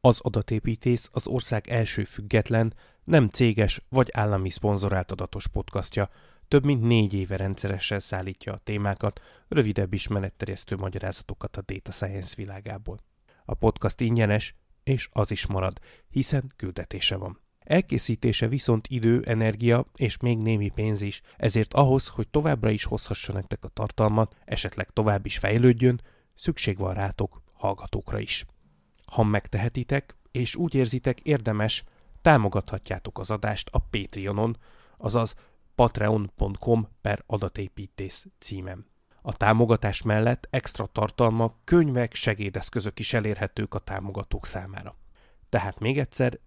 Az Adatépítész az ország első független, nem céges vagy állami szponzorált adatos podcastja. Több mint 4 éve rendszeresen szállítja a témákat, rövidebb ismeretterjesztő magyarázatokat a data science világából. A podcast ingyenes, és az is marad, hiszen küldetése van. Elkészítése viszont idő, energia és még némi pénz is, ezért ahhoz, hogy továbbra is hozhassa nektek a tartalmat, esetleg tovább is fejlődjön, szükség van rátok, hallgatókra is. Ha megtehetitek, és úgy érzitek érdemes, támogathatjátok az adást a Patreonon, azaz patreon.com/adatépítész címen. A támogatás mellett extra tartalmak, könyvek, segédeszközök is elérhetők a támogatók számára. Tehát még egyszer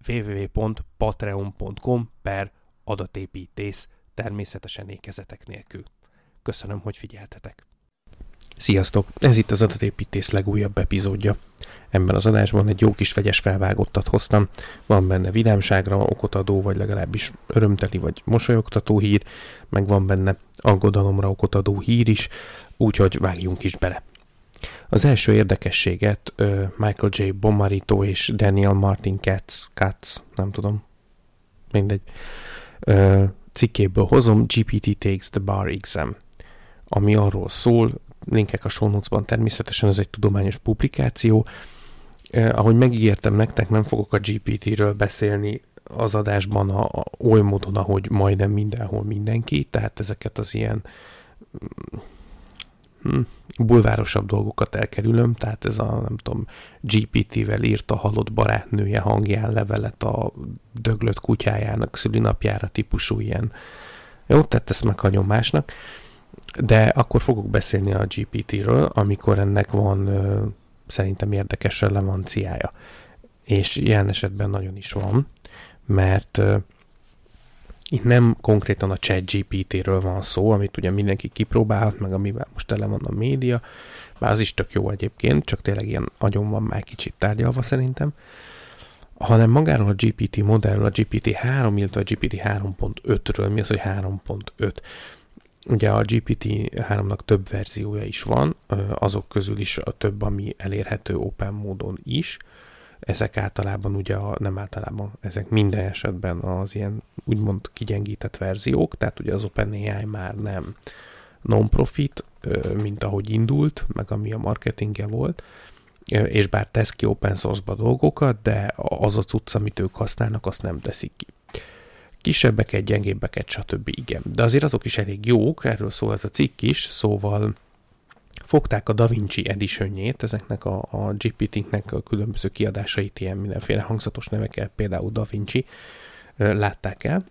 www.patreon.com/adatépítész, természetesen ékezetek nélkül. Köszönöm, hogy figyeltetek. Sziasztok! Ez itt az Adatépítész legújabb epizódja. Ebben az adásban egy jó kis vegyes felvágottat hoztam. Van benne vidámságra okot adó, vagy legalábbis örömteli vagy mosolyogtató hír, meg van benne aggodalomra okot adó hír is, úgyhogy vágjunk is bele. Az első érdekességet Michael J. Bomarito és Daniel Martin Katz, nem tudom, mindegy, cikkéből hozom, GPT takes the bar exam, ami arról szól, linkek a show notes-ban természetesen, ez egy tudományos publikáció. Ahogy megígértem nektek, nem fogok a GPT-ről beszélni az adásban oly módon, ahogy majdnem mindenhol mindenki, tehát ezeket az ilyen bulvárosabb dolgokat elkerülöm, tehát ez a, nem tudom, GPT-vel írt a halott barátnője hangján levelet a döglött kutyájának szülinapjára típusú ilyen. Jó, tehát ezt meghagyom másnak. De akkor fogok beszélni a GPT-ről, amikor ennek van szerintem érdekes relevanciája. És ilyen esetben nagyon is van, mert itt nem konkrétan a ChatGPT-ről van szó, amit ugye mindenki kipróbálhat, meg amivel most tele van a média, bár az is tök jó egyébként, csak tényleg ilyen agyon van már kicsit tárgyalva szerintem, hanem magáról a GPT modellről, a GPT-3, illetve a GPT 3.5-ről. Mi az, hogy 3.5? Ugye a GPT-3-nak több verziója is van, azok közül is a több, ami elérhető open módon is. Ezek általában ugye, nem általában, ezek minden esetben az ilyen úgymond kigyengített verziók, tehát ugye az OpenAI már nem non-profit, mint ahogy indult, meg ami a marketingje volt, és bár tesz ki open source-ba dolgokat, de az a cucc, amit ők használnak, azt nem teszik ki. Kisebbeket, gyengébbeket, stb. Igen. De azért azok is elég jók, erről szól ez a cikk is, szóval fogták a DaVinci Editionjét, ezeknek a GPT-nknek a különböző kiadásait, ilyen mindenféle hangzatos nevekkel, például DaVinci, látták el.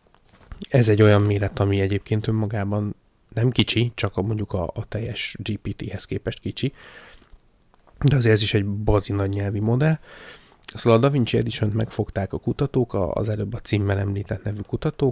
Ez egy olyan méret, ami egyébként önmagában nem kicsi, csak mondjuk a teljes GPT-hez képest kicsi, de azért ez is egy bazi nagy nyelvi modell. Szóval a DaVinci Edition-t megfogták a kutatók, az előbb a címmel említett nevű kutatók,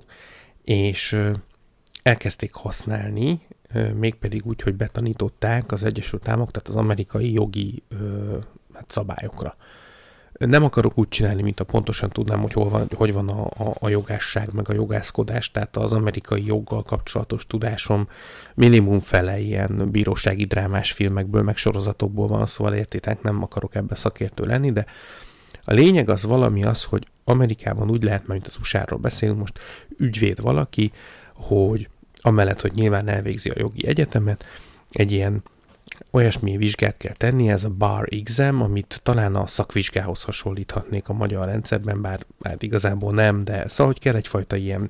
és elkezdték használni, mégpedig úgy, hogy betanították az Egyesült Államok, tehát az amerikai jogi szabályokra. Nem akarok úgy csinálni, mint pontosan tudnám, hogy van a jogásság, meg a jogászkodás, tehát az amerikai joggal kapcsolatos tudásom minimum fele ilyen bírósági drámás filmekből, meg sorozatokból van, szóval értitek, nem akarok ebbe szakértő lenni, de a lényeg az valami az, hogy Amerikában úgy lehet, mint az USA-ról beszélünk most, ügyvéd valaki, hogy amellett, hogy nyilván elvégzi a jogi egyetemet, egy ilyen olyasmi vizsgát kell tenni, ez a bar exam, amit talán a szakvizsgához hasonlíthatnék a magyar rendszerben, bár hát igazából nem, de szóval, hogy kell egyfajta ilyen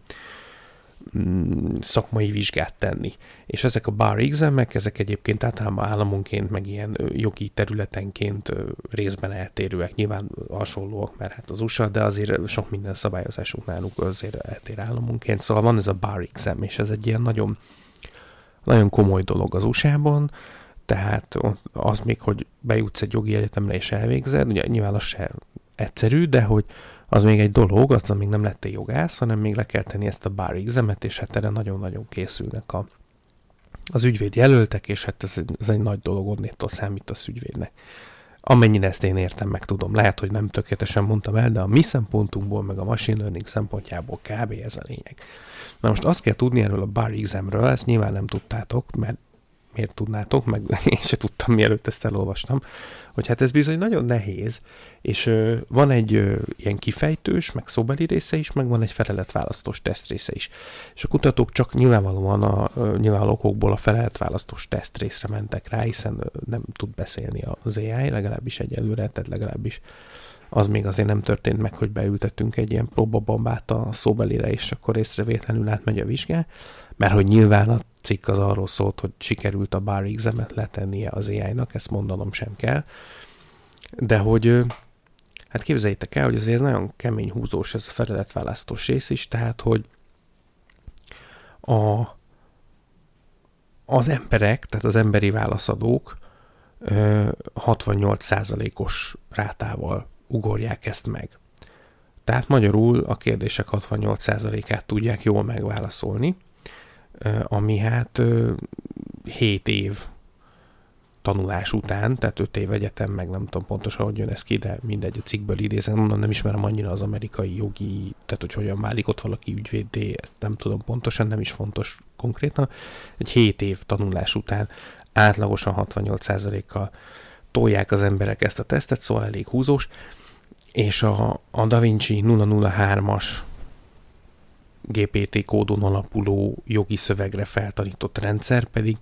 szakmai vizsgát tenni. És ezek a bar examek, ezek egyébként általában államonként, meg ilyen jogi területenként részben eltérőek. Nyilván hasonlóak, mert hát az USA, de azért sok minden szabályozásunk náluk azért eltér államonként. Szóval van ez a bar exam, és ez egy ilyen nagyon, nagyon komoly dolog az USA-ban, tehát az még, hogy bejutsz egy jogi egyetemre és elvégzed, ugye nyilván az se egyszerű, de hogy az még egy dolog, az még nem lettél jogász, hanem még le kell tenni ezt a bar examet, és hát erre nagyon-nagyon készülnek az ügyvéd jelöltek, és hát ez egy nagy dolog, onnétól számít az ügyvédnek. Amennyire ezt én értem, meg tudom. Lehet, hogy nem tökéletesen mondtam el, de a mi szempontunkból, meg a machine learning szempontjából kb. Ez a lényeg. Na most azt kell tudni erről a bar examről, ezt nyilván nem tudtátok, mert miért tudnátok, meg én se tudtam, mielőtt ezt elolvastam, hogy hát ez bizony nagyon nehéz, és van egy ilyen kifejtős, meg szóbeli része is, meg van egy feleletválasztós teszt része is. És a kutatók csak nyilvánvalóan nyilvánvaló okokból a feleletválasztós teszt részre mentek rá, hiszen nem tud beszélni az AI, legalábbis egyelőre, tehát legalábbis az még azért nem történt meg, hogy beültettünk egy ilyen próbabambát a szóbelire, és akkor észrevétlenül átmegy a vizsgán, mert hogy nyilván a cikk az arról szólt, hogy sikerült a bar examet letennie az AI-nak, ezt mondanom sem kell, de hogy hát képzeljétek el, hogy azért ez nagyon kemény húzós ez a feleletválasztós rész is, tehát hogy az emberek, tehát az emberi válaszadók 68%-os rátával ugorják ezt meg. Tehát magyarul a kérdések 68%-át tudják jól megválaszolni, ami hát 7 év tanulás után, tehát 5 év egyetem, meg nem tudom pontosan, hogy jön ez ki, de mindegy, a cikkből idézem, mondom, nem ismerem annyira az amerikai jogi, tehát hogy hogyan válik ott valaki ügyvéddé, nem tudom pontosan, nem is fontos konkrétan. Egy 7 év tanulás után átlagosan 68%-kal tolják az emberek ezt a tesztet, szóval elég húzós, és a DaVinci 003-as GPT kódon alapuló jogi szövegre feltanított rendszer pedig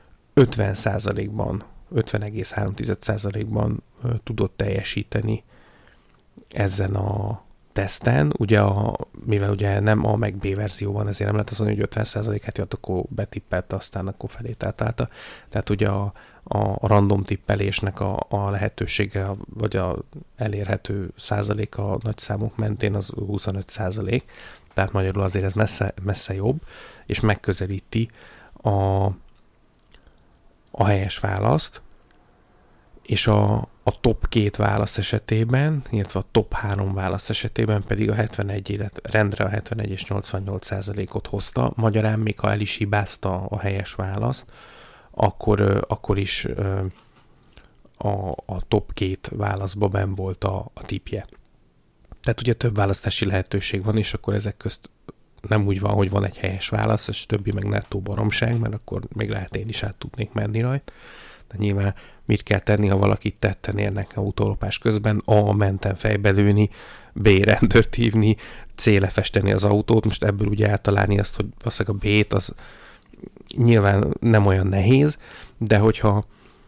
50,3%-ban tudott teljesíteni ezen a teszten. Ugye mivel ugye nem A meg B verzió van, ezért nem lehet azt mondani, hogy 50%-át jött, akkor betippelte, aztán akkor felét átállta. Tehát ugye a random tippelésnek a lehetősége, vagy a elérhető százaléka a nagy számok mentén az 25%. Tehát magyarul azért ez messze jobb, és megközelíti a helyes választ, és a top 2 válasz esetében, illetve a top 3 válasz esetében pedig a 71, illetve rendre a 71 és 88%-ot hozta. Magyarán még ha el is hibázta a helyes választ, akkor is a top 2 válaszba benn volt a tippje. Tehát ugye több választási lehetőség van, és akkor ezek közt nem úgy van, hogy van egy helyes válasz, és többi meg nettó baromság, mert akkor még lehet én is át tudnék menni rajta. De nyilván mit kell tenni, ha valakit tetten érnek autólopás közben? A. Menten fejbe lőni, B. Rendőrt hívni, C. Lefesteni az autót. Most ebből ugye eltalálni azt, hogy valószínűleg a B-t az nyilván nem olyan nehéz, de hogyha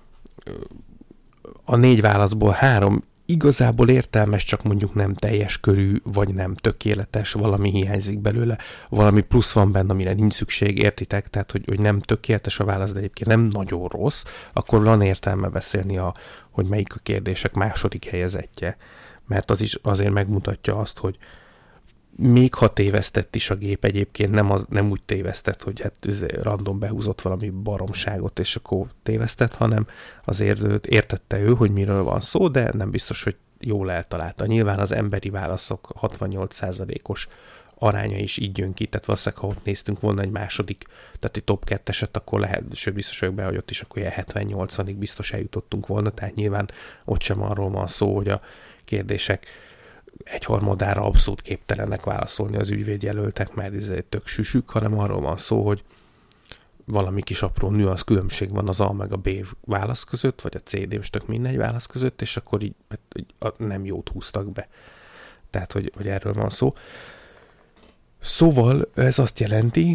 a 4 válaszból 3 igazából értelmes, csak mondjuk nem teljes körű, vagy nem tökéletes, valami hiányzik belőle, valami plusz van benne, amire nincs szükség, értitek? Tehát, hogy nem tökéletes a válasz, de egyébként nem nagyon rossz, akkor van értelme beszélni, hogy melyik a kérdések második helyezettje. Mert az is azért megmutatja azt, hogy még ha tévesztett is a gép, egyébként nem úgy tévesztett, hogy hát random behúzott valami baromságot, és akkor tévesztett, hanem azért értette ő, hogy miről van szó, de nem biztos, hogy jól eltalálta. Nyilván az emberi válaszok 68%-os aránya is így jön ki, tehát valószínűleg, ha ott néztünk volna egy második, tehát egy top 2-eset, akkor lehet, sőt biztos vagyok be, hogy ott is akkor ilyen 70-80-ig biztos eljutottunk volna, tehát nyilván ott sem arról van szó, hogy a kérdések egyharmadára abszolút képtelenek válaszolni az ügyvédjelöltek, mert ez tök süsük, hanem arról van szó, hogy valami kis apró nüansz különbség van az A meg a B válasz között, vagy a C, D, most tök mindegy válasz között, és akkor így nem jót húztak be. Tehát, hogy erről van szó. Szóval ez azt jelenti,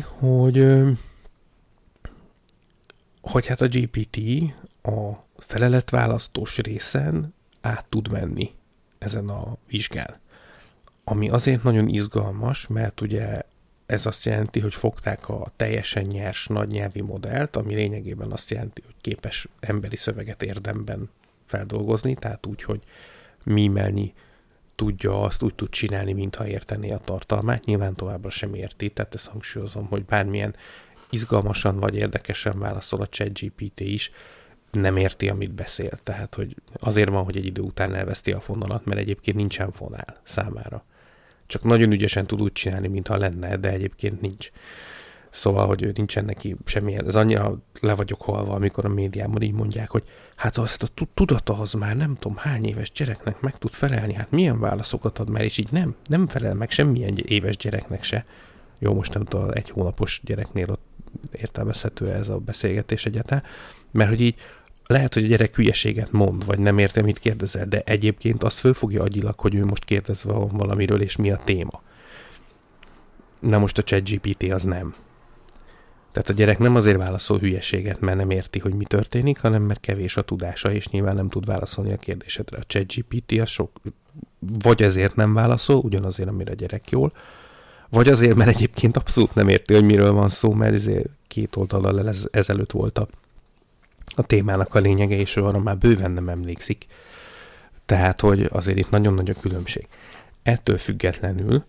hogy hát a GPT a feleletválasztós részen át tud menni ezen a vizsgán. Ami azért nagyon izgalmas, mert ugye ez azt jelenti, hogy fogták a teljesen nyers nagy nyelvi modellt, ami lényegében azt jelenti, hogy képes emberi szöveget érdemben feldolgozni, tehát úgy, hogy mímelni tudja azt, úgy tud csinálni, mintha értené a tartalmát. Nyilván továbbra sem érti, tehát ezt hangsúlyozom, hogy bármilyen izgalmasan vagy érdekesen válaszol a ChatGPT is, nem érti, amit beszél. Tehát, hogy azért van, hogy egy idő után elveszti a fonalat, mert egyébként nincsen fonál számára. Csak nagyon ügyesen tud úgy csinálni, mintha lenne, de egyébként nincs. Szóval, hogy nincsen neki semmilyen, ez annyira le vagyok halva, amikor a médiában így mondják, hogy hát a tudata az már nem tudom hány éves gyereknek meg tud felelni, hát milyen válaszokat ad már, és így nem felel meg semmilyen éves gyereknek se. Jó, most nem tudom, 1 hónapos gyereknél ott értelmezhető ez a beszélgetés egyáltalán, mert hogy így lehet, hogy a gyerek hülyeséget mond, vagy nem értem, mit kérdezel, de egyébként azt fölfogja agyilag, hogy ő most kérdezve van valamiről, és mi a téma. Na most a ChatGPT az nem. Tehát a gyerek nem azért válaszol hülyeséget, mert nem érti, hogy mi történik, hanem mert kevés a tudása, és nyilván nem tud válaszolni a kérdésedre. A ChatGPT az vagy ezért nem válaszol, ugyanazért, amire a gyerek jól, vagy azért, mert egyébként abszolút nem érti, hogy miről van szó, mert ezért 2 oldallal ezelőtt volt a témának a lényege, és arra már bőven nem emlékszik. Tehát, hogy azért itt nagyon nagy a különbség. Ettől függetlenül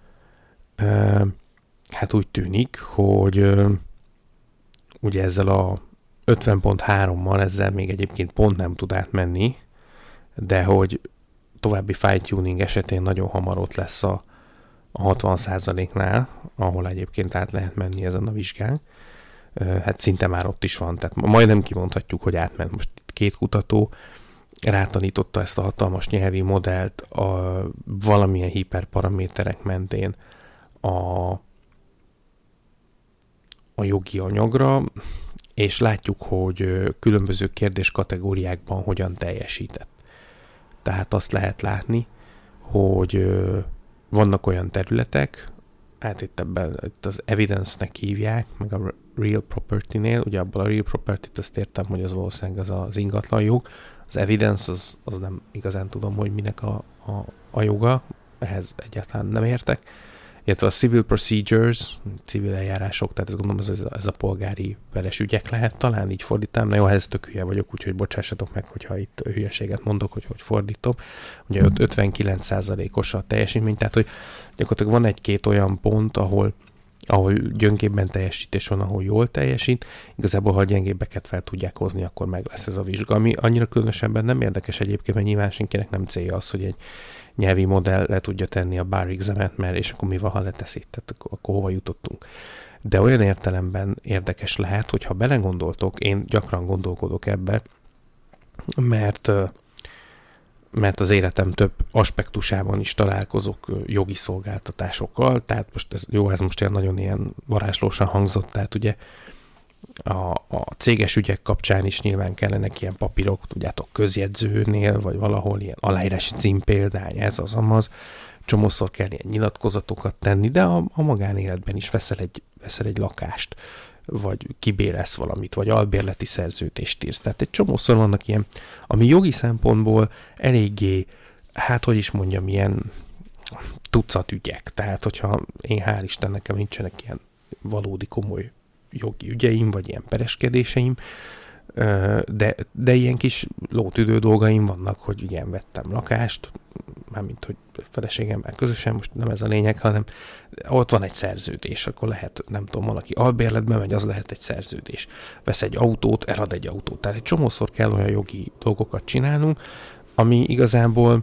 hát úgy tűnik, hogy ugye ezzel a 50.3-mal ezzel még egyébként pont nem tud átmenni, de hogy további fine-tuning esetén nagyon hamar ott lesz a 60%-nál, ahol egyébként át lehet menni ezen a vizsgán. Hát szinte már ott is van, tehát majdnem kimondhatjuk, hogy átment. Most 2 kutató rátanította ezt a hatalmas nyelvi modellt a valamilyen hiperparaméterek mentén a jogi anyagra, és látjuk, hogy különböző kérdéskategóriákban hogyan teljesített. Tehát azt lehet látni, hogy vannak olyan területek, hát itt az evidence-nek hívják, meg a real property-nél, ugye abban a real property-t azt értem, hogy az valószínűleg az ingatlan jog, az evidence az nem igazán tudom, hogy minek a joga, ehhez egyáltalán nem értek, illetve a civil procedures, civil eljárások, tehát ezt gondolom ez a polgári peres ügyek lehet, talán így fordítom, na jó, ez tök hülye vagyok, úgyhogy bocsássatok meg, hogyha itt hülyeséget mondok, hogy fordítom. Ugye 59%-os a teljesítmény, tehát hogy gyakorlatilag van 1-2 olyan pont, ahol gyöngébben teljesítés van, ahol jól teljesít, igazából ha a gyengébbeket fel tudják hozni, akkor meg lesz ez a vizsga, ami annyira különösebben nem érdekes egyébként, mert nyilván senkinek nem célja az, hogy egy nyelvi modell le tudja tenni a bar examet, mert és akkor mi van, ha leteszi, tehát akkor hova jutottunk. De olyan értelemben érdekes lehet, hogyha belegondoltok, én gyakran gondolkodok ebbe, mert az életem több aspektusában is találkozok jogi szolgáltatásokkal, tehát most ez most nagyon ilyen varázslósan hangzott, tehát ugye a céges ügyek kapcsán is nyilván kellenek ilyen papírok, tudjátok, közjegyzőnél, vagy valahol ilyen aláírási címpéldány, ez az amaz, csomószor kell ilyen nyilatkozatokat tenni, de a magánéletben is veszel egy lakást, vagy kibérelsz valamit, vagy albérleti szerződést írsz. Tehát egy csomószor vannak ilyen, ami jogi szempontból eléggé, hát hogy is mondjam, ilyen tucat ügyek. Tehát, hogyha én hál' Isten nekem nincsenek ilyen valódi komoly jogi ügyeim, vagy ilyen pereskedéseim, de ilyen kis lótüdő dolgaim vannak, hogy ilyen vettem lakást, mármint, hogy feleségemmel közösen, most nem ez a lényeg, hanem ott van egy szerződés, akkor lehet, nem tudom, valaki albérletbe megy, az lehet egy szerződés. Vesz egy autót, elad egy autót. Tehát egy csomószor kell olyan jogi dolgokat csinálnunk, ami igazából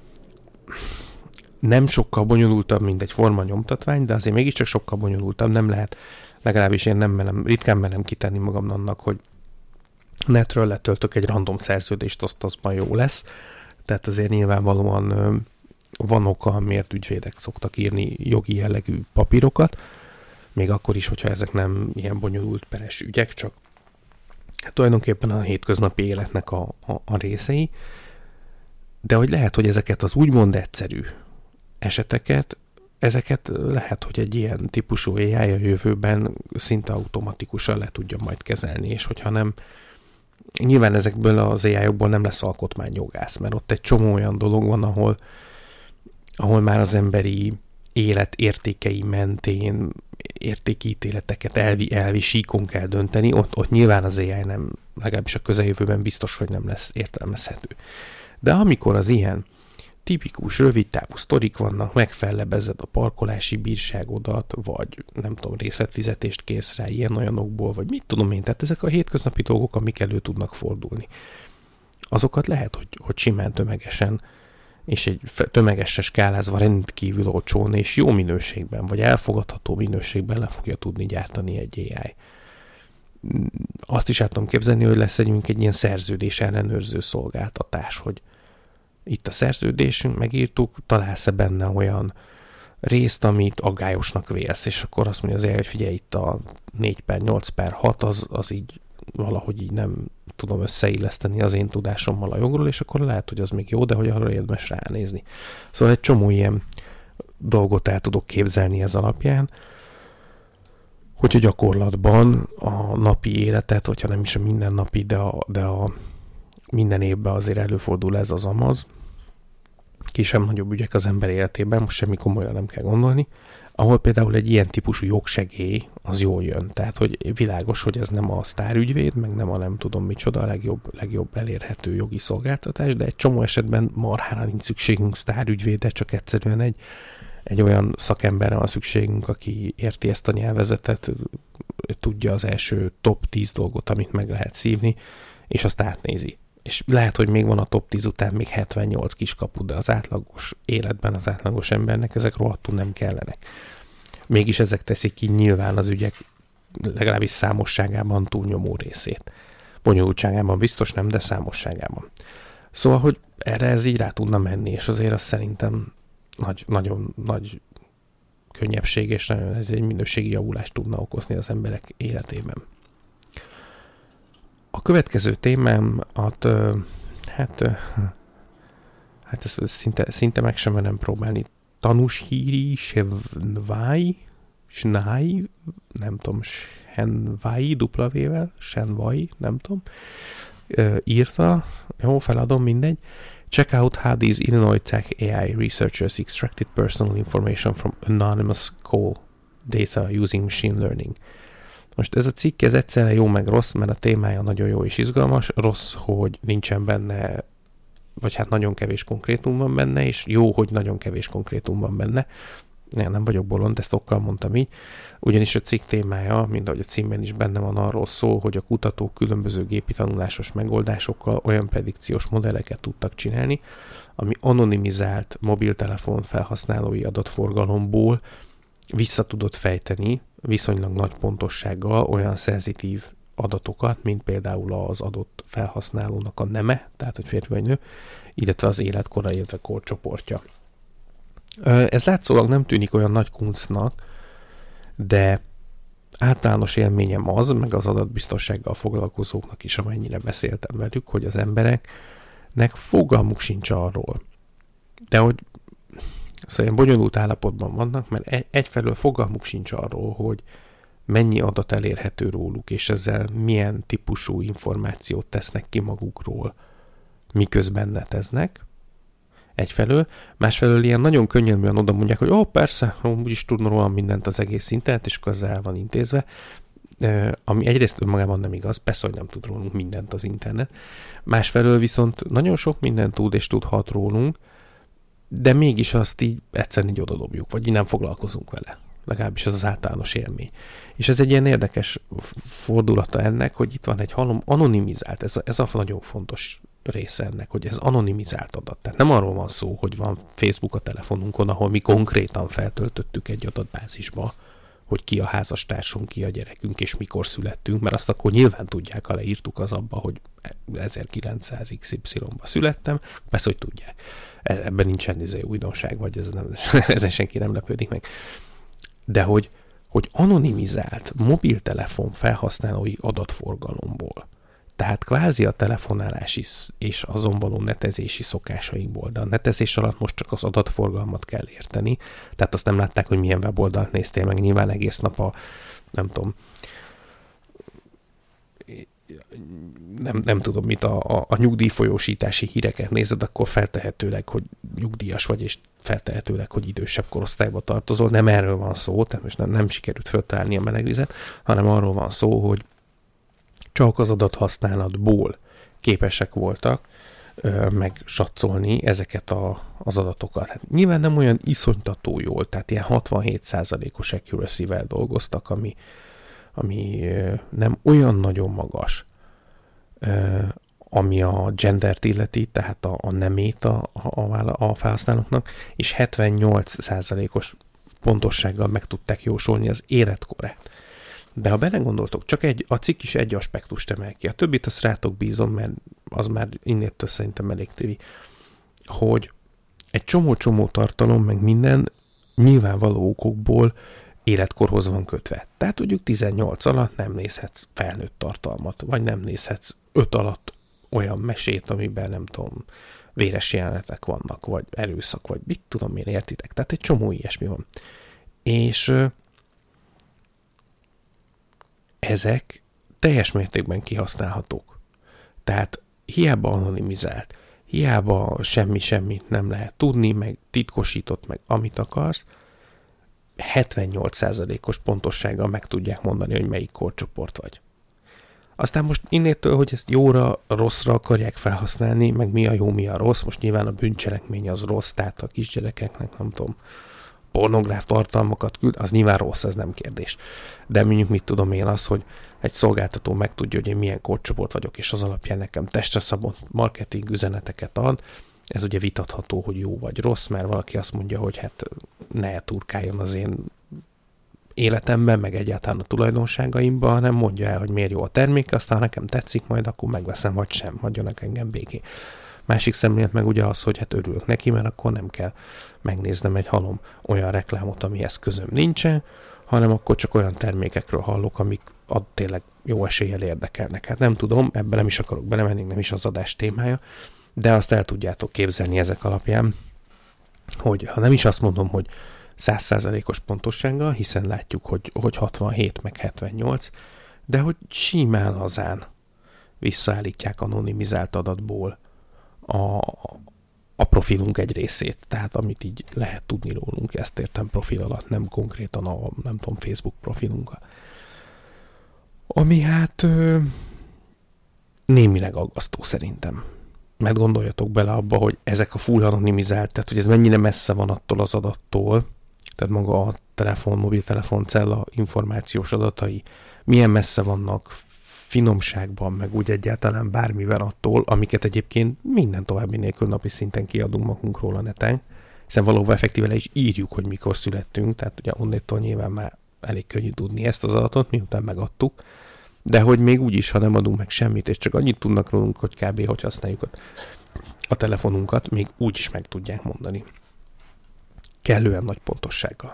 nem sokkal bonyolultabb, mint egy formanyomtatvány, de azért mégiscsak sokkal bonyolultabb, nem lehet, legalábbis én ritkán merem kitenni magam annak, hogy netről letöltök egy random szerződést, az majd jó lesz. Tehát azért nyilvánvalóan van oka, miért ügyvédek szoktak írni jogi jellegű papírokat, még akkor is, hogyha ezek nem ilyen bonyolult peres ügyek, csak hát tulajdonképpen a hétköznapi életnek a részei. De hogy lehet, hogy ezeket az úgymond egyszerű eseteket, ezeket lehet, hogy egy ilyen típusú AI a jövőben szinte automatikusan le tudja majd kezelni, és hogyha nem, nyilván ezekből az AI-okból nem lesz alkotmányjogász, mert ott egy csomó olyan dolog van, ahol már az emberi élet értékei mentén értékítéleteket elvi síkon kell dönteni, ott nyilván az AI nem, legalábbis a közeljövőben biztos, hogy nem lesz értelmezhető. De amikor az ilyen tipikus, rövidtávú sztorik vannak, megfellebezed a parkolási bírságodat, vagy nem tudom, részletfizetést kész rá ilyen-olyanokból, vagy mit tudom én, tehát ezek a hétköznapi dolgok, amik elő tudnak fordulni. Azokat lehet, hogy simán tömegesen, és egy tömegesre skálázva rendkívül olcsón és jó minőségben, vagy elfogadható minőségben le fogja tudni gyártani egy AI. Azt is át tudom képzelni, hogy lesz egy ilyen szerződés ellenőrző szolgáltatás, hogy itt a szerződésünk, megírtuk, találsz-e benne olyan részt, amit aggályosnak vélsz, és akkor azt mondja az AI, hogy figyelj, itt a 4/8/6 az így valahogy így nem tudom összeilleszteni az én tudásommal a jogról, és akkor lehet, hogy az még jó, de hogy arra érdemes ránézni. Szóval egy csomó ilyen dolgot el tudok képzelni ez alapján, hogy a gyakorlatban a napi életet, hogyha nem is a mindennapi, de a minden évben azért előfordul ez az amaz, kisebb-nagyobb ügyek az ember életében, most semmi komolyra nem kell gondolni, ahol például egy ilyen típusú jogsegély az jól jön. Tehát, hogy világos, hogy ez nem a sztárügyvéd, meg nem a nem tudom micsoda, a legjobb elérhető jogi szolgáltatás, de egy csomó esetben marhára nincs szükségünk sztárügyvédre, csak egyszerűen egy olyan szakemberre van szükségünk, aki érti ezt a nyelvezetet, tudja az első top 10 dolgot, amit meg lehet szívni, és azt átnézi. És lehet, hogy még van a top 10 után még 78 kiskapu, de az átlagos életben, az átlagos embernek ezek rohadtul nem kellenek. Mégis ezek teszik ki nyilván az ügyek legalábbis számosságában túlnyomó részét. Bonyolultságában biztos nem, de számosságában. Szóval, hogy erre ez így rá tudna menni, és azért azt szerintem nagyon nagy könnyebbség, és nagyon ez egy minőségi javulást tudna okozni az emberek életében. A következő témám, ezt szinte meg sem merem próbálni. Tanushiri Shenwai, nem tudom, Shenwai, W-vel, Shenwai, nem tudom, írta, jó, feladom, mindegy. Check out how these Illinois Tech AI researchers extracted personal information from anonymous call data using machine learning. Most ez a cikk, ez egyszerre jó meg rossz, mert a témája nagyon jó és izgalmas. Rossz, hogy nincsen benne, vagy hát nagyon kevés konkrétum van benne, és jó, hogy nagyon kevés konkrétum van benne. Nem vagyok bolond, ezt okkal mondtam így. Ugyanis a cikk témája, mint ahogy a címben is benne van, arról szól, hogy a kutatók különböző gépi tanulásos megoldásokkal olyan predikciós modelleket tudtak csinálni, ami anonimizált mobiltelefon felhasználói adatforgalomból vissza tudott fejteni viszonylag nagy pontossággal olyan szenzitív adatokat, mint például az adott felhasználónak a neme, tehát hogy férfi vagy nő, illetve az életkora, illetve korcsoportja. Ez látszólag nem tűnik olyan nagy kuncnak, de általános élményem az, meg az adatbiztonsággal foglalkozóknak is, amennyire beszéltem velük, hogy az embereknek fogalmuk sincs arról. De hogy szóval ilyen bonyolult állapotban vannak, mert egyfelől fogalmuk sincs arról, hogy mennyi adat elérhető róluk, és ezzel milyen típusú információt tesznek ki magukról, miközben neteznek. Egyfelől, másfelől ilyen nagyon könnyen oda mondják, hogy persze, úgyis tudna róla mindent az egész internet, és akkor el van intézve, ami egyrészt önmagában nem igaz, persze, hogy nem tud rólunk mindent az internet. Másfelől viszont nagyon sok mindent tud és tudhat rólunk, de mégis azt így egyszerűen így odadobjuk, vagy így nem foglalkozunk vele. Legalábbis ez az általános élmény. És ez egy ilyen érdekes fordulata ennek, hogy itt van egy halom anonimizált, ez a nagyon fontos része ennek, hogy ez anonimizált adat. Tehát nem arról van szó, hogy van Facebook a telefonunkon, ahol mi konkrétan feltöltöttük egy adatbázisba, hogy ki a házastársunk, ki a gyerekünk, és mikor születtünk, mert azt akkor nyilván tudják, ha leírtuk az abba, hogy 1900XY-ba születtem, persze, hogy tudják. Ebben nincsen újdonság, vagy ezen senki nem lepődik meg. De hogy anonimizált mobiltelefon felhasználói adatforgalomból, tehát kvázi a telefonálási és azon való netezési szokásainkból, de a netezés alatt most csak az adatforgalmat kell érteni, tehát azt nem látták, hogy milyen weboldalt néztél meg, nyilván egész nap nem tudom mit, a nyugdíjfolyósítási híreket nézed, akkor feltehetőleg, hogy nyugdíjas vagy, és feltehetőleg, hogy idősebb korosztályba tartozol. Nem erről van szó, tehát most nem sikerült föltalálni a melegvizet, hanem arról van szó, hogy csak az adathasználatból képesek voltak megsatszolni ezeket az adatokat. Hát nyilván nem olyan iszonytató jól, tehát ilyen 67%-os accuracy-vel dolgoztak, ami nem olyan nagyon magas, ami a gendert illeti, tehát a nemét a felhasználóknak, és 78%-os pontossággal meg tudták jósolni az életkorát. De ha belegondoltok, csak a cikk is egy aspektust emel ki. A többit azt rátok bízom, mert az már innétől szerintem elég tévi, hogy egy csomó tartalom, meg minden nyilvánvaló okokból életkorhoz van kötve. Tehát mondjuk 18 alatt nem nézhetsz felnőtt tartalmat, vagy nem nézhetsz 5 alatt olyan mesét, amiben nem tudom, véres jelenetek vannak, vagy erőszak, vagy mit tudom én, értitek. Tehát egy csomó ilyesmi van. És ezek teljes mértékben kihasználhatók. Tehát hiába anonimizált, hiába semmit nem lehet tudni, meg titkosított, meg amit akarsz, 78%-os pontossággal meg tudják mondani, hogy melyik korcsoport vagy. Aztán most innétől, hogy ezt jóra, rosszra akarják felhasználni, meg mi a jó, mi a rossz, most nyilván a bűncselekmény az rossz, tehát a kisgyerekeknek, nem tudom, pornográf tartalmakat küld, az nyilván rossz, ez nem kérdés. De mondjuk mit tudom én az, hogy egy szolgáltató megtudja, hogy én milyen korcsoport vagyok, és az alapján nekem testre szabott marketing üzeneteket ad, ez ugye vitatható, hogy jó vagy rossz, mert valaki azt mondja, hogy hát ne turkáljon az én életemben, meg egyáltalán a tulajdonságaimban, hanem mondja el, hogy miért jó a termék, aztán nekem tetszik, majd akkor megveszem, vagy sem, hagyjanak engem békén. Másik szemlélet meg ugye az, hogy hát örülök neki, mert akkor nem kell megnéznem egy halom olyan reklámot, amihez közöm nincsen, hanem akkor csak olyan termékekről hallok, amik tényleg jó eséllyel érdekelnek. Hát nem tudom, ebben nem is akarok belemenni, nem is az adás témája, de azt el tudjátok képzelni ezek alapján, hogy ha nem is azt mondom, hogy 100%-os pontossággal, hiszen látjuk, hogy 67 meg 78, de hogy simán lazán visszaállítják anonimizált adatból a profilunk egy részét. Tehát amit így lehet tudni rólunk, ezt értem profil alatt, nem konkrétan a, nem tudom, Facebook profilunkkal. Ami hát némileg aggasztó szerintem. Mert gondoljatok bele abba, hogy ezek a full anonimizált, tehát hogy ez mennyire messze van attól az adattól, tehát maga a mobiltelefon cella információs adatai milyen messze vannak finomságban, meg úgy egyáltalán bármivel attól, amiket egyébként minden további nélkül napi szinten kiadunk magunkról a neten, hiszen valóban effektíve le is írjuk, hogy mikor születtünk, tehát ugye onnétól nyilván már elég könnyű tudni ezt az adatot, miután megadtuk, de hogy még úgy is, ha nem adunk meg semmit, és csak annyit tudnak rólunk, hogy kb. Hogy használjuk a telefonunkat, még úgy is meg tudják mondani. Kellően nagy pontossággal.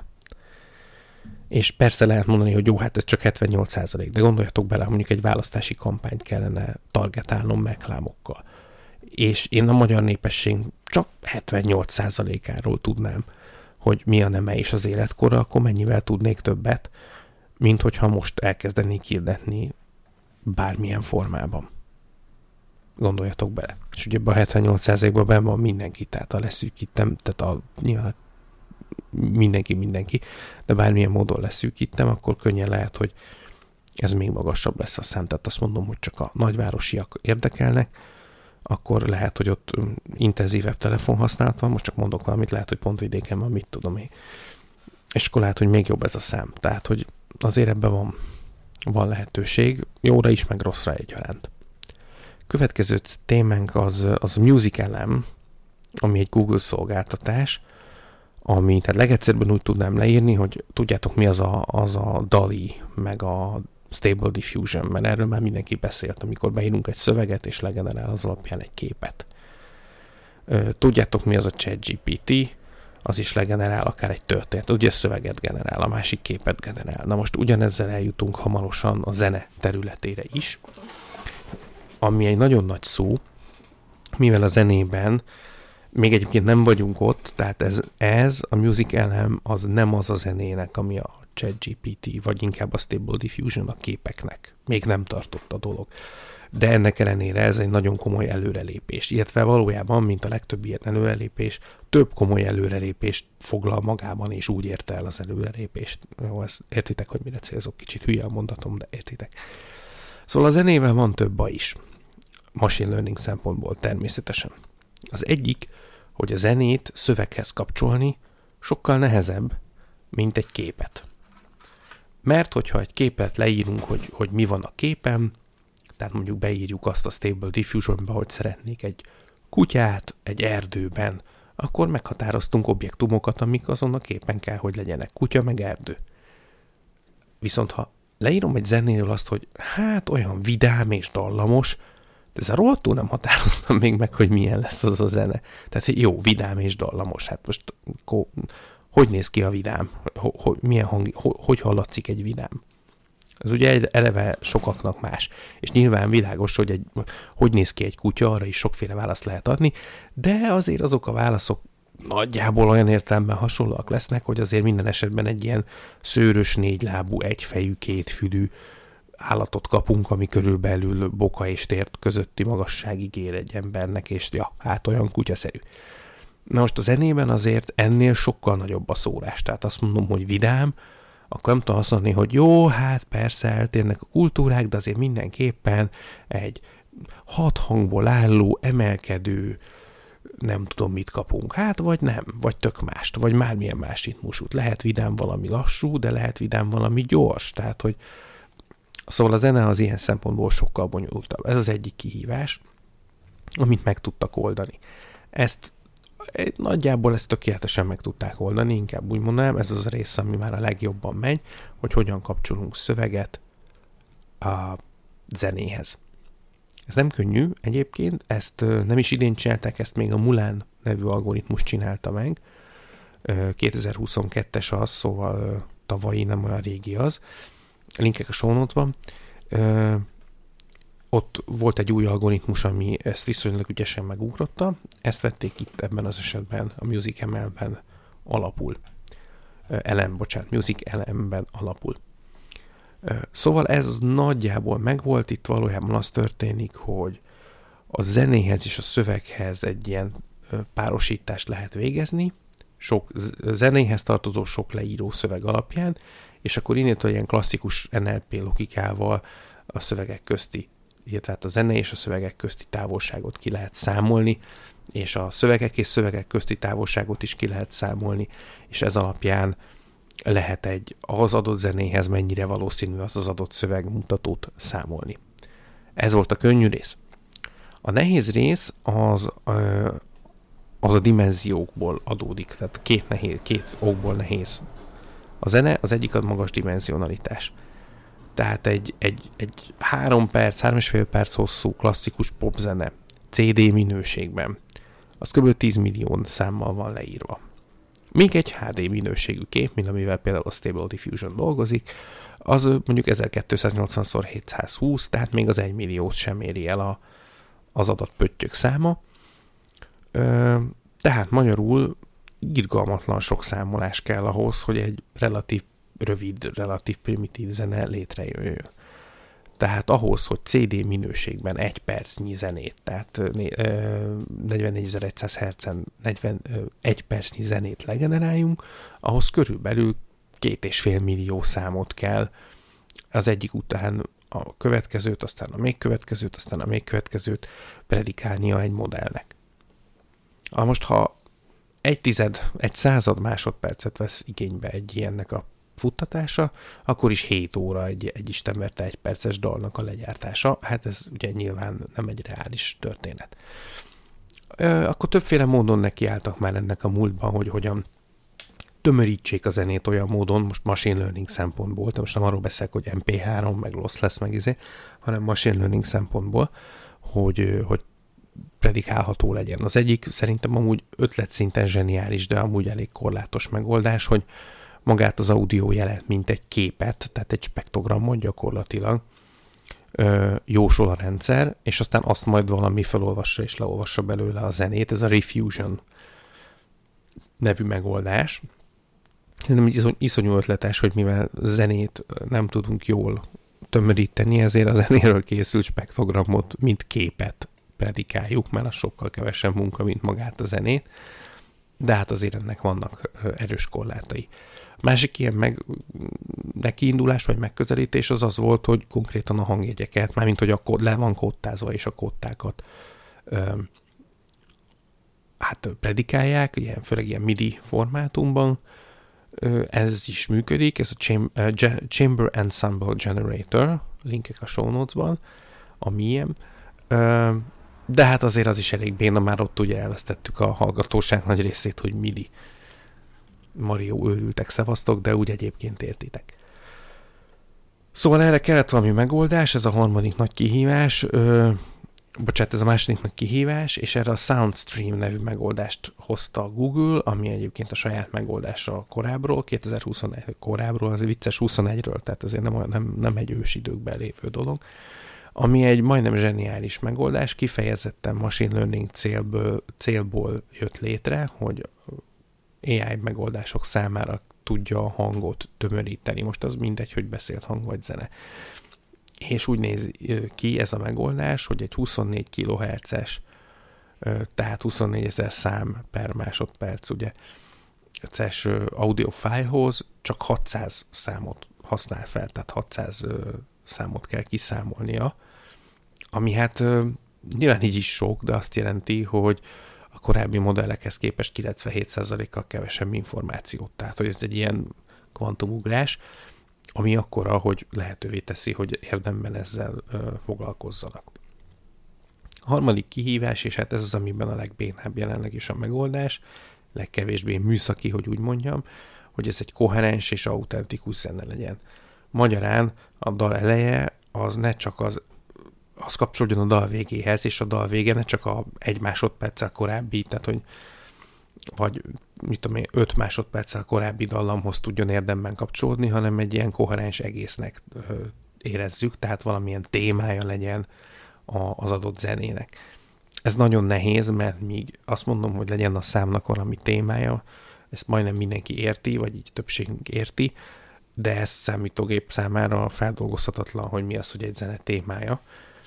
És persze lehet mondani, hogy jó, hát ez csak 78%, de gondoljatok bele, mondjuk egy választási kampányt kellene targetálnom reklámokkal. És én a magyar népesség csak 78%-áról tudnám, hogy mi a neme és az életkora, akkor mennyivel tudnék többet, mint hogyha most elkezdenék hirdetni bármilyen formában. Gondoljatok bele. És ugye ebben a 78%-ban benne van mindenki, tehát a leszűkítem, tehát nyilván mindenki, de bármilyen módon leszűkítem, akkor könnyen lehet, hogy ez még magasabb lesz a szám. Tehát azt mondom, hogy csak a nagyvárosiak érdekelnek, akkor lehet, hogy ott intenzívebb telefonhasználat van, most csak mondok valamit, lehet, hogy pont vidéken van, mit tudom én. És akkor lehet, hogy még jobb ez a szám. Tehát, hogy azért ebben van lehetőség, jóra is, meg rosszra egyaránt. Következő témánk az Music LM, ami egy Google szolgáltatás, ami, tehát legegyszerűbben úgy tudnám leírni, hogy tudjátok mi az a DALL-E, meg a Stable Diffusion, mert erről már mindenki beszélt, amikor beírunk egy szöveget, és legenerál az alapján egy képet. Tudjátok mi az a ChatGPT, az is legenerál akár egy történet. Ugye szöveget generál, a másik képet generál. Na most ugyanezzel eljutunk hamarosan a zene területére is, ami egy nagyon nagy szó, mivel a zenében még egyébként nem vagyunk ott, tehát ez a Music LM az nem az a zenének, ami a ChatGPT, vagy inkább a Stable Diffusion a képeknek. Még nem tartott a dolog. De ennek ellenére ez egy nagyon komoly előrelépés. Illetve valójában, mint a legtöbb ilyen előrelépés, több komoly előrelépést foglal magában, és úgy érte el az előrelépést. Jó, ezt értitek, hogy mire célzok? Kicsit hülye a mondatom, de értitek. Szóval a zenével van több baj is. Machine learning szempontból természetesen. Az egyik, hogy a zenét szöveghez kapcsolni sokkal nehezebb, mint egy képet. Mert hogyha egy képet leírunk, hogy mi van a képen, tehát mondjuk beírjuk azt a Stable Diffusionba, hogy szeretnék egy kutyát egy erdőben, akkor meghatároztunk objektumokat, amik azon a képen kell, hogy legyenek. Kutya meg erdő. Viszont ha leírom egy zenéről azt, hogy hát olyan vidám és dallamos, de ezzel rohadtul nem határoztam még meg, hogy milyen lesz az a zene. Tehát jó, vidám és dallamos. Hát most hogy néz ki a vidám, milyen hang, hogy hallatszik egy vidám. Ez ugye eleve sokaknak más. És nyilván világos, hogy hogy néz ki egy kutya, arra is sokféle választ lehet adni, de azért azok a válaszok nagyjából olyan értelemben hasonlóak lesznek, hogy azért minden esetben egy ilyen szőrös, négylábú, egyfejű, kétfülű állatot kapunk, ami körülbelül boka és tért közötti magasságig ér egy embernek, és ja, hát olyan kutyaszerű. Na most a zenében azért ennél sokkal nagyobb a szórás. Tehát azt mondom, hogy vidám, akkor nem tudom azt mondani, hogy jó, hát persze eltérnek a kultúrák, de azért mindenképpen egy 6 hangból álló, emelkedő, nem tudom mit kapunk. Hát vagy nem, vagy tök mást, vagy mármilyen más ritmusút. Lehet vidám valami lassú, de lehet vidám valami gyors. Tehát, hogy szóval a zene az ilyen szempontból sokkal bonyolultabb. Ez az egyik kihívás, amit meg tudtak oldani. Nagyjából ezt tökéletesen meg tudták oldani, inkább úgy mondanám, ez az a rész, ami már a legjobban megy, hogy hogyan kapcsolunk szöveget a zenéhez. Ez nem könnyű egyébként, ezt nem is idén csinálták, ezt még a Mulan nevű algoritmus csinálta meg. 2022-es az, szóval tavalyi, nem olyan régi az. Linkek a show notes-ban. Ott volt egy új algoritmus, ami ezt viszonylag ügyesen megugrotta. Ezt vették itt ebben az esetben a Music ML-ben alapul. Music LM-ben alapul. Szóval ez nagyjából megvolt, itt valójában az történik, hogy a zenéhez és a szöveghez egy ilyen párosítást lehet végezni, sok zenéhez tartozó sok leíró szöveg alapján, és akkor innentől ilyen klasszikus NLP logikával a szövegek közti, illetve a zene és a szövegek közti távolságot ki lehet számolni, és a szövegek és szövegek közti távolságot is ki lehet számolni, és ez alapján lehet az adott zenéhez mennyire valószínű az adott szövegmutatót számolni. Ez volt a könnyű rész. A nehéz rész az a dimenziókból adódik, tehát két okból nehéz. A zene, az egyik a magas dimenzionalitás. Tehát egy 3 perc, 3,5 perc hosszú klasszikus popzene CD minőségben, az kb. 10 millió számmal van leírva. Míg egy HD minőségű kép, mint amivel például a Stable Diffusion dolgozik, az mondjuk 1280x720, tehát még az 1 milliót sem éri el az adott pöttyök száma. Tehát magyarul irgalmatlan sok számolás kell ahhoz, hogy egy relatív rövid, relatív primitív zene létrejöjjön. Tehát ahhoz, hogy CD minőségben 1 percnyi zenét, tehát 44.100 Hz-en 1 percnyi zenét legeneráljunk, ahhoz körülbelül 2,5 millió számot kell az egyik után a következőt, aztán a még következőt, aztán a még következőt predikálnia egy modellnek. Most, ha egy század másodpercet vesz igénybe egy ilyennek a futtatása, akkor is 7 óra egy istenverte 1 perces dalnak a legyártása. Hát ez ugye nyilván nem egy reális történet. Akkor többféle módon nekiálltak már ennek a múltban, hogy hogyan tömörítsék a zenét olyan módon, most machine learning szempontból, de most nem arról beszélek, hogy MP3, meg lossless, meg hanem machine learning szempontból, hogy predikálható legyen. Az egyik szerintem amúgy ötletszinten zseniális, de amúgy elég korlátos megoldás, hogy magát az audio jelet, mint egy képet, tehát egy spektogramot gyakorlatilag jósol a rendszer, és aztán azt majd valami felolvassa és leolvassa belőle a zenét. Ez a Refusion nevű megoldás. Nem iszonyú ötletes, hogy mivel zenét nem tudunk jól tömöríteni, ezért a zenéről készült spektogramot, mint képet predikáljuk, mert az sokkal kevesebb munka, mint magát a zenét, de hát azért ennek vannak erős korlátai. Másik ilyen nekiindulás vagy megközelítés az volt, hogy konkrétan a hangjegyeket, mármint hogy le van kódtázva és a kódtákat predikálják, ilyen, főleg ilyen MIDI formátumban. Ez is működik, ez a Chamber Ensemble Generator, linkek a show notes-ban, ami ilyen. De hát azért az is elég béna, már ott ugye elvesztettük a hallgatóság nagy részét, hogy MIDI. Mario, őrültek, szevasztok, de úgy egyébként értitek. Szóval erre kellett valami megoldás, ez a harmadik nagy kihívás. bocsánat, ez a második kihívás, és erre a SoundStream nevű megoldást hozta a Google, ami egyébként a saját megoldása korábbról, 2021 korábbról, az vicces 21-ről, tehát azért nem egy ősidőkben lévő dolog, ami egy majdnem zseniális megoldás, kifejezetten machine learning célból jött létre, hogy AI megoldások számára tudja a hangot tömöríteni. Most az mindegy, hogy beszélt hang vagy zene. És úgy néz ki ez a megoldás, hogy egy 24 kHz-es, tehát 24 000 szám per másodperc, ugye, audio fájlhoz csak 600 számot használ fel, tehát 600 számot kell kiszámolnia, ami hát nyilván így is sok, de azt jelenti, hogy a korábbi modellekhez képest 97%-kal kevesebb információt. Tehát, hogy ez egy ilyen kvantumugrás, ami akkora, hogy lehetővé teszi, hogy érdemben ezzel foglalkozzanak. A harmadik kihívás, és hát ez az, amiben a legbénább jelenleg is a megoldás, legkevésbé műszaki, hogy úgy mondjam, hogy ez egy koherens és autentikus zene legyen. Magyarán a dal eleje az ne csak az kapcsolódjon a dal végéhez, és a dal vége ne csak egy másodperccel korábbi, tehát hogy vagy mit tudom én, 5 másodperccel korábbi dallamhoz tudjon érdemben kapcsolódni, hanem egy ilyen koherens egésznek érezzük, tehát valamilyen témája legyen az adott zenének. Ez nagyon nehéz, mert míg azt mondom, hogy legyen a számnak valami témája, ezt majdnem mindenki érti, vagy így többségünk érti, de ez számítógép számára feldolgozhatatlan, hogy mi az, hogy egy zene témája.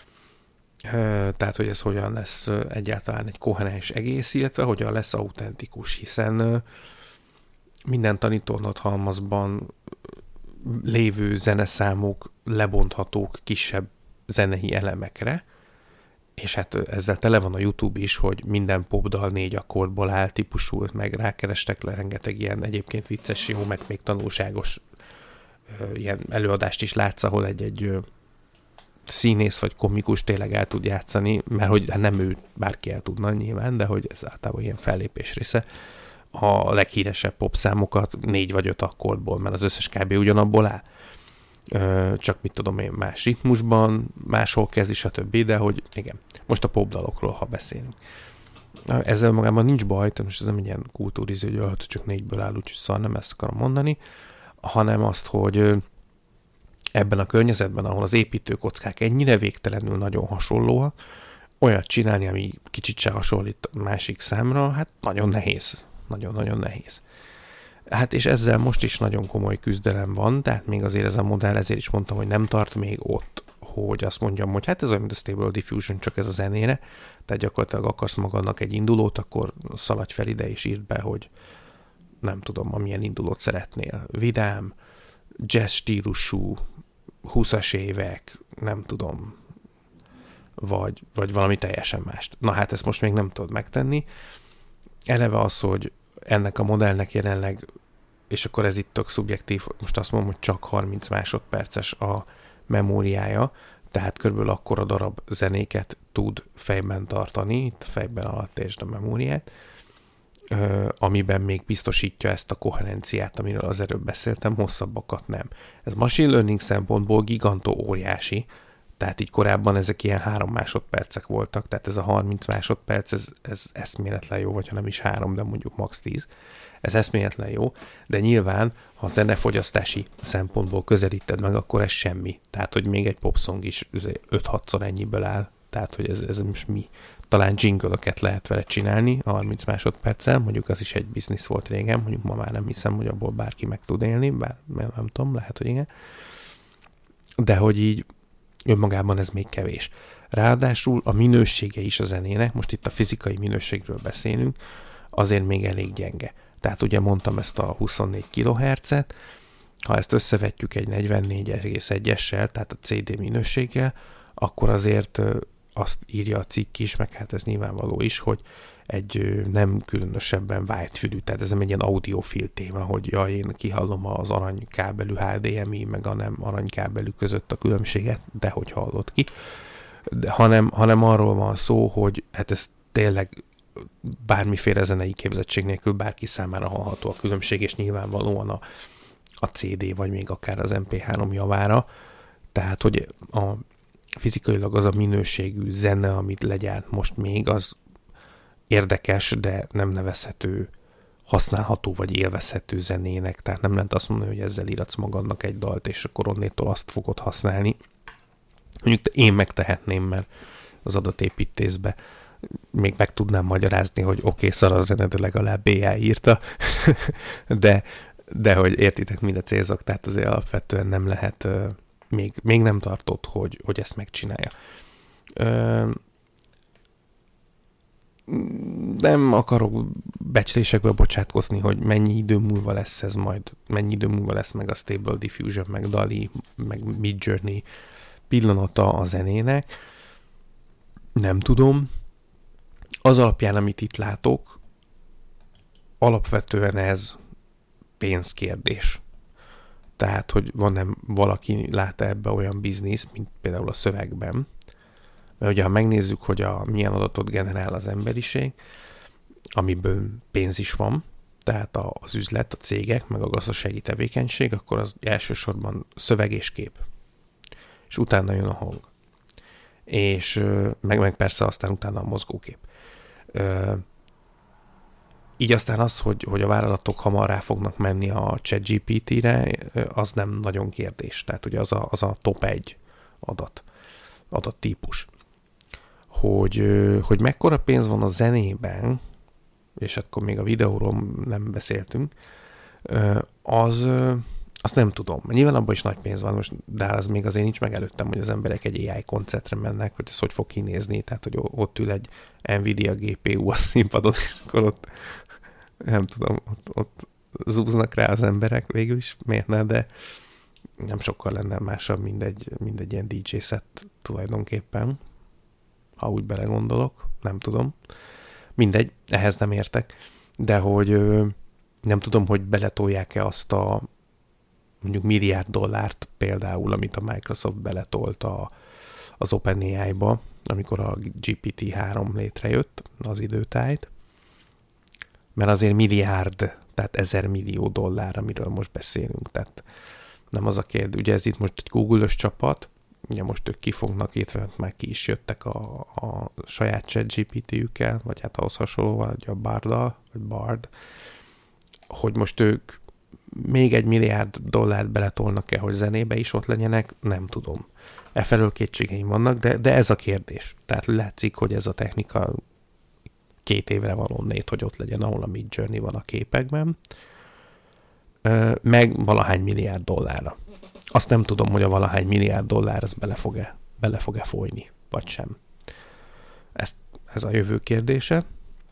Tehát, hogy ez hogyan lesz egyáltalán egy koherens egész, illetve hogyan lesz autentikus, hiszen minden tanítónot halmazban lévő zeneszámok lebonthatók kisebb zenei elemekre, és hát ezzel tele van a YouTube is, hogy minden popdal 4 akkordból áll típusú, meg rákerestek le rengeteg ilyen egyébként vicces, jó, meg még tanulságos ilyen előadást is látsz, ahol egy színész vagy komikus tényleg el tud játszani, mert hogy nem ő, bárki el tudna nyilván, de hogy ez általában ilyen fellépés része, a leghíresebb popszámokat 4 vagy 5 akkordból, mert az összes kb. Ugyanabból áll. Csak mit tudom én, más ritmusban, máshol kezdi, stb., de hogy igen, most a popdalokról, ha beszélünk. Ezzel magában nincs baj, most ez nem egy ilyen kultúriző, hogy csak 4-ből áll, úgyhogy szar, nem ezt akarom mondani, hanem azt, hogy ebben a környezetben, ahol az építőkockák ennyire végtelenül nagyon hasonlóak, olyat csinálni, ami kicsit se hasonlít másik számra, hát nagyon nehéz. Nagyon-nagyon nehéz. Hát és ezzel most is nagyon komoly küzdelem van, tehát még azért ez a modell, ezért is mondtam, hogy nem tart még ott, hogy azt mondjam, hogy hát ez olyan, mint a Stable Diffusion, csak ez a zenére, tehát gyakorlatilag akarsz magadnak egy indulót, akkor szaladj fel ide és írd be, hogy nem tudom, amilyen indulót szeretnél. Vidám, jazz stílusú, 20-as évek, nem tudom, vagy valami teljesen mást. Na hát ezt most még nem tudod megtenni. Eleve az, hogy ennek a modellnek jelenleg, és akkor ez itt tök szubjektív, most azt mondom, hogy csak 30 másodperces a memóriája, tehát körülbelül akkora darab zenéket tud fejben tartani, itt fejben alatt és a memóriát, amiben még biztosítja ezt a koherenciát, amiről az előbb beszéltem, hosszabbakat nem. Ez machine learning szempontból gigantó óriási, tehát így korábban ezek ilyen 3 másodpercek voltak, tehát ez a 30 másodperc, ez eszméletlen jó, vagy ha nem is 3, de mondjuk max 10. Ez eszméletlen jó, de nyilván, ha zenefogyasztási szempontból közelíted meg, akkor ez semmi. Tehát, hogy még egy popsong is 5-6-szor ennyiből áll, tehát, hogy ez most mi. Talán jingle-öket lehet vele csinálni 30 másodperccel, mondjuk az is egy biznisz volt régen, mondjuk ma már nem hiszem, hogy abból bárki meg tud élni, bár nem tudom, lehet, hogy igen. De hogy így önmagában ez még kevés. Ráadásul a minősége is a zenének, most itt a fizikai minőségről beszélünk, azért még elég gyenge. Tehát ugye mondtam ezt a 24 kHz-et, ha ezt összevetjük egy 44,1-essel, tehát a CD minőséggel, akkor azért azt írja a cikk is, meg hát ez nyilvánvaló is, hogy egy nem különösebben white-fülű, tehát ez nem egy ilyen audiofil téma, hogy jaj, én kihallom az aranykábelű HDMI, meg a nem aranykábelű között a különbséget, de hogy hallott ki, hanem arról van szó, hogy hát ez tényleg bármiféle zenei képzettség nélkül bárki számára hallható a különbség, és nyilvánvalóan a CD, vagy még akár az MP3 javára, tehát hogy fizikailag az a minőségű zene, amit legyárt most még, az érdekes, de nem nevezhető használható vagy élvezhető zenének, tehát nem lehet azt mondani, hogy ezzel íratsz magadnak egy dalt, és akkor onnétól azt fogod használni. Mondjuk én megtehetném, mert az adatépítészbe még meg tudnám magyarázni, hogy oké, szar a zene, de legalább BA írta, de hogy értitek, mind a célzok, tehát azért alapvetően nem lehet, még nem tartott, hogy ezt megcsinálja. Nem akarok becslésekbe bocsátkozni, hogy mennyi idő múlva lesz ez majd, mennyi idő múlva lesz meg a Stable Diffusion, meg DALL-E, meg Midjourney pillanata a zenének. Nem tudom. Az alapján, amit itt látok, alapvetően ez pénzkérdés. Tehát, hogy van-e valaki, lát ebbe olyan biznisz, mint például a szövegben. Mert ugye, ha megnézzük, hogy milyen adatot generál az emberiség, amiből pénz is van, tehát az üzlet, a cégek, meg a gazdasági tevékenység, akkor az elsősorban szöveg és kép. És utána jön a hang. És meg persze aztán utána a mozgókép. Így aztán az, hogy a vállalatok hamar rá fognak menni a ChatGPT-re, az nem nagyon kérdés. Tehát ugye az a top 1 adattípus. Hogy mekkora pénz van a zenében, és akkor még a videóról nem beszéltünk, azt nem tudom. Nyilván abban is nagy pénz van, most, de az még azért nincs meg előttem, hogy az emberek egy AI koncertre mennek, hogy ez hogy fog kinézni, tehát hogy ott ül egy Nvidia GPU a színpadon, és akkor ott nem tudom, ott zúznak rá az emberek végül is, miért ne, de nem sokkal lenne másabb, mint egy ilyen DJ set tulajdonképpen, ha úgy belegondolok, nem tudom. Mindegy, ehhez nem értek, de hogy nem tudom, hogy beletolják-e azt a mondjuk $1 milliárd például, amit a Microsoft beletolt az OpenAI-ba, amikor a GPT-3 létrejött, az időtájt. Mert azért milliárd, tehát $1000 millió, amiről most beszélünk. Tehát nem az a kérdés, ugye ez itt most egy Google-ös csapat, ugye most ők ki fognak, illetve már ki is jöttek a saját ChatGPT-jükkel, vagy hát ahhoz hasonló, vagy a Bard, hogy most ők még $1 milliárd beletolnak-e, hogy zenébe is ott legyenek, nem tudom. Efelől kétségeim vannak, de ez a kérdés. Tehát látszik, hogy ez a technika 2 évre van onnét, hogy ott legyen, ahol a Midjourney van a képekben, meg valahány $1 milliárd. Azt nem tudom, hogy a valahány $1 milliárd az bele fog-e folyni, vagy sem. Ez a jövő kérdése.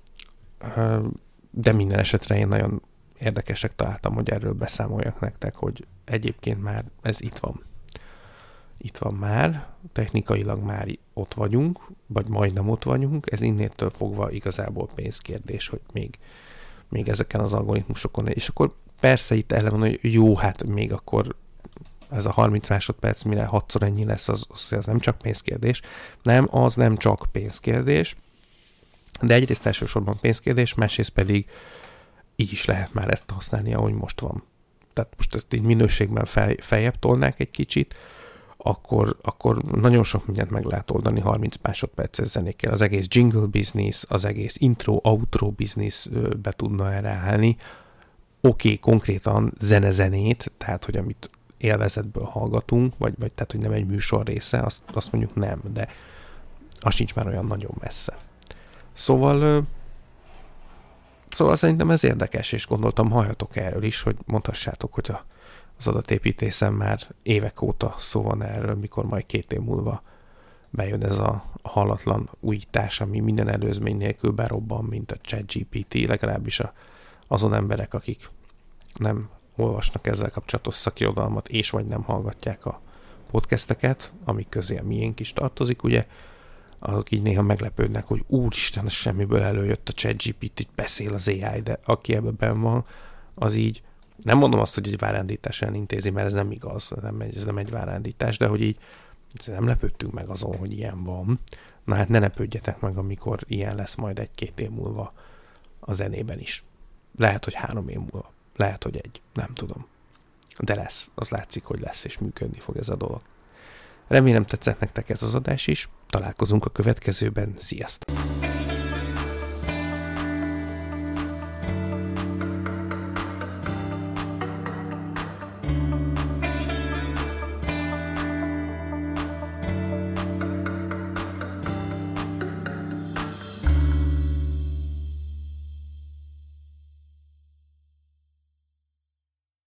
De minden esetre én nagyon érdekesek találtam, hogy erről beszámoljak nektek, hogy egyébként már ez itt van. Itt van már, technikailag már ott vagyunk, vagy majdnem ott vagyunk, ez innétől fogva igazából pénzkérdés, hogy még ezeken az algoritmusokon, és akkor persze itt ellen van, hogy jó, hát még akkor ez a 30 másodperc, mire 6-szor ennyi lesz, az nem csak pénzkérdés. Nem, az nem csak pénzkérdés, de egyrészt elsősorban pénzkérdés, másrészt pedig így is lehet már ezt használni, ahogy most van. Tehát most ezt így minőségben feljebb tolnák egy kicsit, akkor nagyon sok mindent meg lehet oldani 30 másodperces zenékkel. Az egész jingle business, az egész intro-outro business be tudna erre állni. Oké, konkrétan zene-zenét, tehát hogy amit élvezetből hallgatunk, vagy tehát hogy nem egy műsor része, azt mondjuk nem, de az sincs már olyan nagyon messze. Szóval szerintem ez érdekes, és gondoltam, halljatok erről is, hogy mondhassátok, hogy az adatépítészen már évek óta szó van erről, mikor majd 2 év múlva bejön ez a hallatlan újítás, ami minden előzmény nélkül berobban, mint a ChatGPT, legalábbis azon emberek, akik nem olvasnak ezzel kapcsolatos szakirodalmat, és vagy nem hallgatják a podcasteket, amik közé a miénk is tartozik, ugye, azok így néha meglepődnek, hogy úristen, semmiből előjött a ChatGPT, beszél az AI, de aki ebben van, az így, nem mondom azt, hogy egy várándítás elintézi, mert ez nem igaz, ez nem egy várándítás, de hogy így nem lepődtünk meg azon, hogy ilyen van. Na hát ne lepődjetek meg, amikor ilyen lesz majd 1-2 év múlva a zenében is. Lehet, hogy 3 év múlva. Lehet, hogy 1. Nem tudom. De lesz. Az látszik, hogy lesz, és működni fog ez a dolog. Remélem tetszett nektek ez az adás is, találkozunk a következőben, sziasztok!